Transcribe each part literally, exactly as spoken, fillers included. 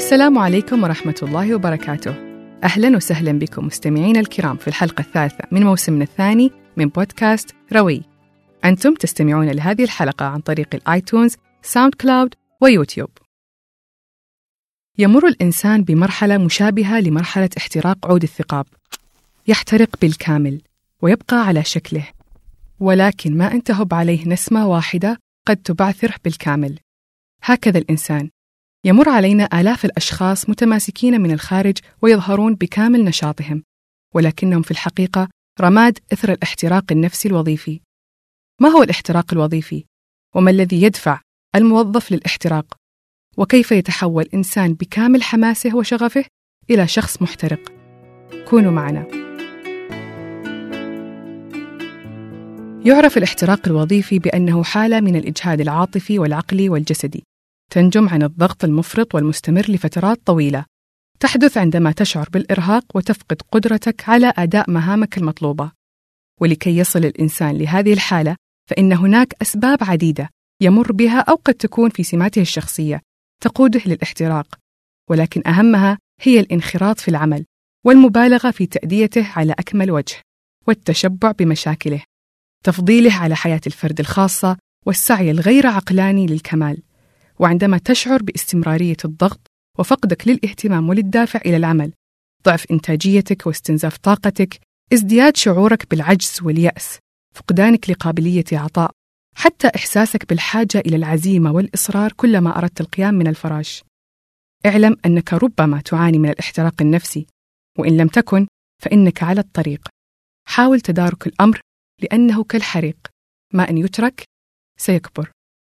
السلام عليكم ورحمة الله وبركاته. أهلاً وسهلاً بكم مستمعين الكرام في الحلقة الثالثة من موسمنا الثاني من بودكاست روي. أنتم تستمعون لهذه الحلقة عن طريق الآيتونز، ساوند كلاود ويوتيوب. يمر الإنسان بمرحلة مشابهة لمرحلة احتراق عود الثقاب، يحترق بالكامل ويبقى على شكله، ولكن ما إن تهب عليه نسمة واحدة قد تبعثره بالكامل. هكذا الإنسان، يمر علينا آلاف الأشخاص متماسكين من الخارج ويظهرون بكامل نشاطهم، ولكنهم في الحقيقة رماد إثر الاحتراق النفسي الوظيفي. ما هو الاحتراق الوظيفي؟ وما الذي يدفع الموظف للاحتراق؟ وكيف يتحول إنسان بكامل حماسه وشغفه إلى شخص محترق؟ كونوا معنا. يعرف الاحتراق الوظيفي بأنه حالة من الإجهاد العاطفي والعقلي والجسدي، تنجم عن الضغط المفرط والمستمر لفترات طويلة. تحدث عندما تشعر بالإرهاق وتفقد قدرتك على أداء مهامك المطلوبة. ولكي يصل الإنسان لهذه الحالة فإن هناك أسباب عديدة يمر بها أو قد تكون في سماته الشخصية تقوده للاحتراق، ولكن أهمها هي الانخراط في العمل والمبالغة في تأديته على أكمل وجه، والتشبع بمشاكله، تفضيله على حياة الفرد الخاصة، والسعي الغير عقلاني للكمال. وعندما تشعر باستمرارية الضغط وفقدك للاهتمام وللدافع إلى العمل، ضعف إنتاجيتك واستنزاف طاقتك، ازدياد شعورك بالعجز واليأس، فقدانك لقابلية عطاء، حتى إحساسك بالحاجة إلى العزيمة والإصرار كلما أردت القيام من الفراش. اعلم أنك ربما تعاني من الاحتراق النفسي، وإن لم تكن فإنك على الطريق. حاول تدارك الأمر لأنه كالحريق، ما أن يترك سيكبر.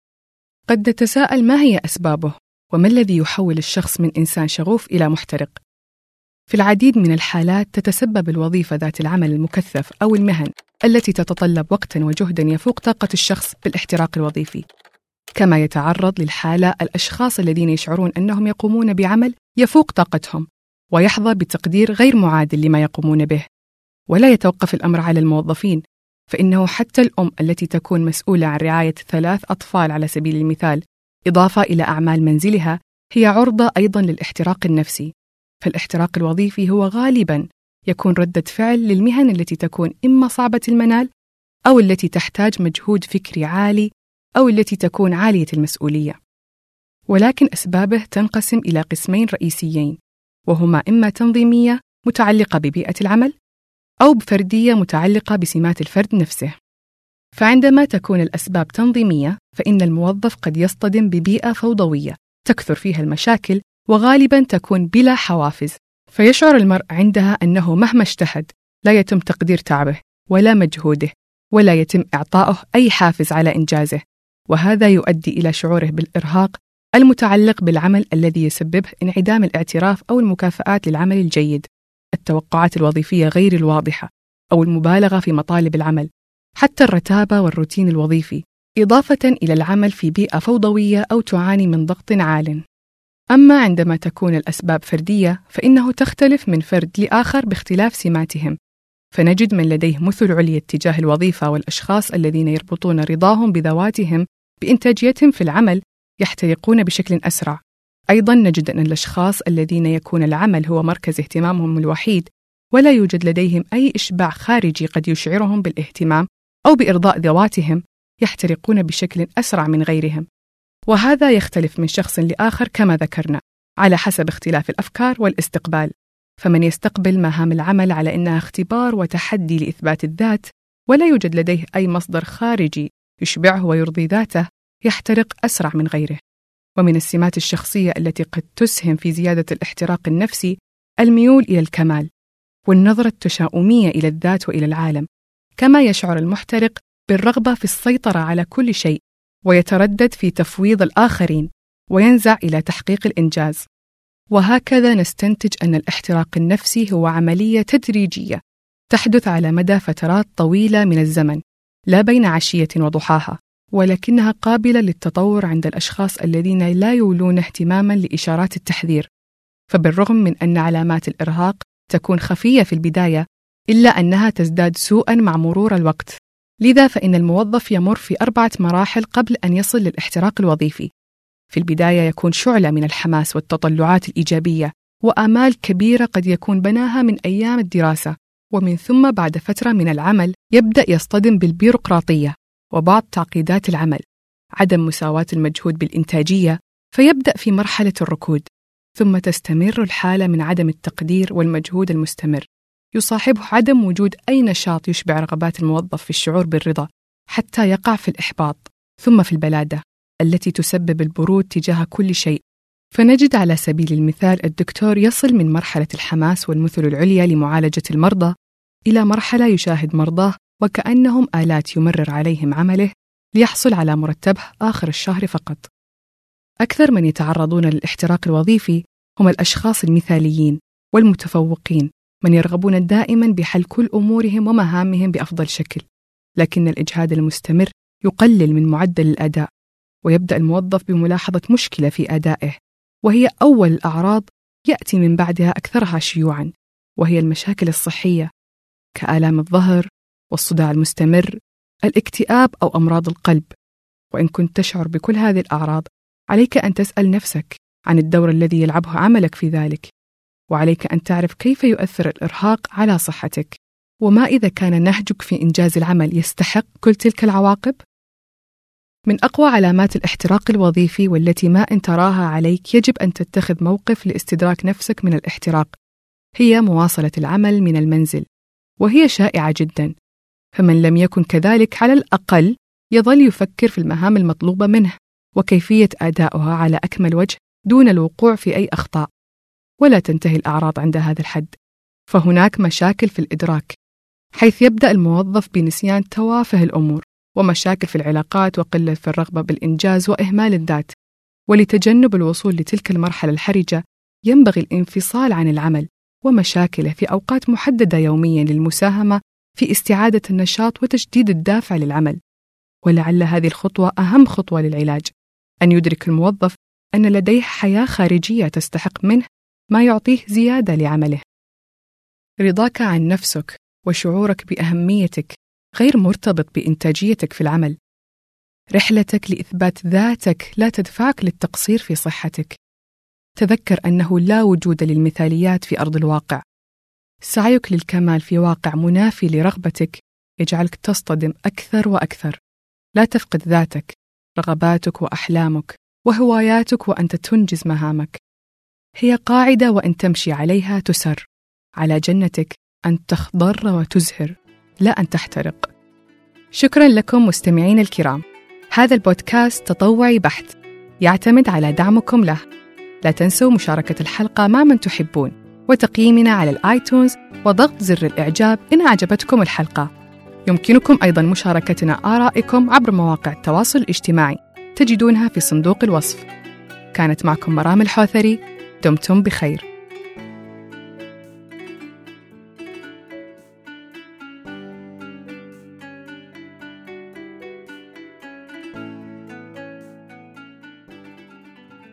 قد نتساءل ما هي أسبابه، وما الذي يحول الشخص من إنسان شغوف إلى محترق؟ في العديد من الحالات تتسبب الوظيفة ذات العمل المكثف أو المهن التي تتطلب وقتاً وجهداً يفوق طاقة الشخص بالاحتراق الوظيفي. كما يتعرض للحالة الأشخاص الذين يشعرون أنهم يقومون بعمل يفوق طاقتهم ويحظى بتقدير غير معادل لما يقومون به. ولا يتوقف الأمر على الموظفين، فإنه حتى الأم التي تكون مسؤولة عن رعاية ثلاث أطفال على سبيل المثال، إضافة إلى أعمال منزلها، هي عرضة أيضاً للاحتراق النفسي. فالاحتراق الوظيفي هو غالباً يكون ردة فعل للمهن التي تكون إما صعبة المنال، أو التي تحتاج مجهود فكري عالي، أو التي تكون عالية المسؤولية. ولكن أسبابه تنقسم إلى قسمين رئيسيين، وهما إما تنظيمية متعلقة ببيئة العمل، أو بفردية متعلقة بسمات الفرد نفسه. فعندما تكون الأسباب تنظيمية، فإن الموظف قد يصطدم ببيئة فوضوية تكثر فيها المشاكل، وغالباً تكون بلا حوافز، فيشعر المرء عندها أنه مهما اجتهد لا يتم تقدير تعبه ولا مجهوده، ولا يتم إعطائه أي حافز على إنجازه. وهذا يؤدي إلى شعوره بالإرهاق المتعلق بالعمل الذي يسببه انعدام الاعتراف أو المكافآت للعمل الجيد، التوقعات الوظيفية غير الواضحة، أو المبالغة في مطالب العمل، حتى الرتابة والروتين الوظيفي، إضافة إلى العمل في بيئة فوضوية أو تعاني من ضغط عال. أما عندما تكون الأسباب فردية، فإنه تختلف من فرد لآخر باختلاف سماتهم. فنجد من لديه مثل عليا تجاه الوظيفة والأشخاص الذين يربطون رضاهم بذواتهم بإنتاجيتهم في العمل يحترقون بشكل أسرع. أيضاً نجد أن الأشخاص الذين يكون العمل هو مركز اهتمامهم الوحيد، ولا يوجد لديهم أي إشباع خارجي قد يشعرهم بالاهتمام أو بإرضاء ذواتهم، يحترقون بشكل أسرع من غيرهم. وهذا يختلف من شخص لآخر كما ذكرنا على حسب اختلاف الأفكار والاستقبال. فمن يستقبل مهام العمل على أنها اختبار وتحدي لإثبات الذات، ولا يوجد لديه أي مصدر خارجي يشبعه ويرضي ذاته، يحترق أسرع من غيره. ومن السمات الشخصية التي قد تسهم في زيادة الاحتراق النفسي الميول إلى الكمال، والنظرة التشاؤمية إلى الذات وإلى العالم. كما يشعر المحترق بالرغبة في السيطرة على كل شيء، ويتردد في تفويض الآخرين، وينزع إلى تحقيق الإنجاز. وهكذا نستنتج أن الاحتراق النفسي هو عملية تدريجية تحدث على مدى فترات طويلة من الزمن، لا بين عشية وضحاها، ولكنها قابلة للتطور عند الأشخاص الذين لا يولون اهتماماً لإشارات التحذير. فبالرغم من أن علامات الإرهاق تكون خفية في البداية، إلا أنها تزداد سوءاً مع مرور الوقت. لذا فإن الموظف يمر في أربعة مراحل قبل أن يصل للاحتراق الوظيفي. في البداية يكون شعلة من الحماس والتطلعات الإيجابية وآمال كبيرة قد يكون بناها من أيام الدراسة، ومن ثم بعد فترة من العمل يبدأ يصطدم بالبيروقراطية وبعض تعقيدات العمل، عدم مساواة المجهود بالإنتاجية، فيبدأ في مرحلة الركود، ثم تستمر الحالة من عدم التقدير والمجهود المستمر، يصاحبه عدم وجود أي نشاط يشبع رغبات الموظف في الشعور بالرضا، حتى يقع في الإحباط، ثم في البلادة التي تسبب البرود تجاه كل شيء. فنجد على سبيل المثال الدكتور يصل من مرحلة الحماس والمثل العليا لمعالجة المرضى إلى مرحلة يشاهد مرضاه وكأنهم آلات يمرر عليهم عمله ليحصل على مرتبه آخر الشهر فقط. أكثر من يتعرضون للاحتراق الوظيفي هم الأشخاص المثاليين والمتفوقين، من يرغبون دائما بحل كل أمورهم ومهامهم بأفضل شكل، لكن الإجهاد المستمر يقلل من معدل الأداء، ويبدأ الموظف بملاحظة مشكلة في أدائه، وهي أول الأعراض يأتي من بعدها أكثرها شيوعا، وهي المشاكل الصحية كآلام الظهر والصداع المستمر، الاكتئاب أو أمراض القلب. وإن كنت تشعر بكل هذه الأعراض، عليك أن تسأل نفسك عن الدور الذي يلعبه عملك في ذلك، وعليك أن تعرف كيف يؤثر الإرهاق على صحتك، وما إذا كان نهجك في إنجاز العمل يستحق كل تلك العواقب. من أقوى علامات الاحتراق الوظيفي والتي ما إن تراها عليك يجب أن تتخذ موقف لاستدراك نفسك من الاحتراق هي مواصلة العمل من المنزل، وهي شائعة جدا، فمن لم يكن كذلك على الأقل يظل يفكر في المهام المطلوبة منه وكيفية أدائها على أكمل وجه دون الوقوع في أي أخطاء. ولا تنتهي الأعراض عند هذا الحد، فهناك مشاكل في الإدراك، حيث يبدأ الموظف بنسيان توافه الأمور، ومشاكل في العلاقات، وقلة في الرغبة بالإنجاز، وإهمال الذات. ولتجنب الوصول لتلك المرحلة الحرجة ينبغي الانفصال عن العمل ومشاكله في أوقات محددة يوميا للمساهمة في استعادة النشاط وتجديد الدافع للعمل. ولعل هذه الخطوة أهم خطوة للعلاج، أن يدرك الموظف أن لديه حياة خارجية تستحق منه ما يعطيه زيادة لعمله. رضاك عن نفسك وشعورك بأهميتك غير مرتبط بإنتاجيتك في العمل. رحلتك لإثبات ذاتك لا تدفعك للتقصير في صحتك. تذكر أنه لا وجود للمثاليات في أرض الواقع. سعيك للكمال في واقع منافي لرغبتك يجعلك تصطدم أكثر وأكثر. لا تفقد ذاتك، رغباتك وأحلامك وهواياتك وأنت تنجز مهامك هي قاعدة، وأن تمشي عليها تسر. على جنتك أن تخضر وتزهر، لا أن تحترق. شكرا لكم مستمعين الكرام. هذا البودكاست تطوعي بحت، يعتمد على دعمكم له. لا تنسوا مشاركة الحلقة مع من تحبون، وتقييمنا على الآيتونز، وضغط زر الإعجاب إن أعجبتكم الحلقة. يمكنكم أيضا مشاركتنا آرائكم عبر مواقع التواصل الاجتماعي، تجدونها في صندوق الوصف. كانت معكم مرام الحوثري، دمتم بخير.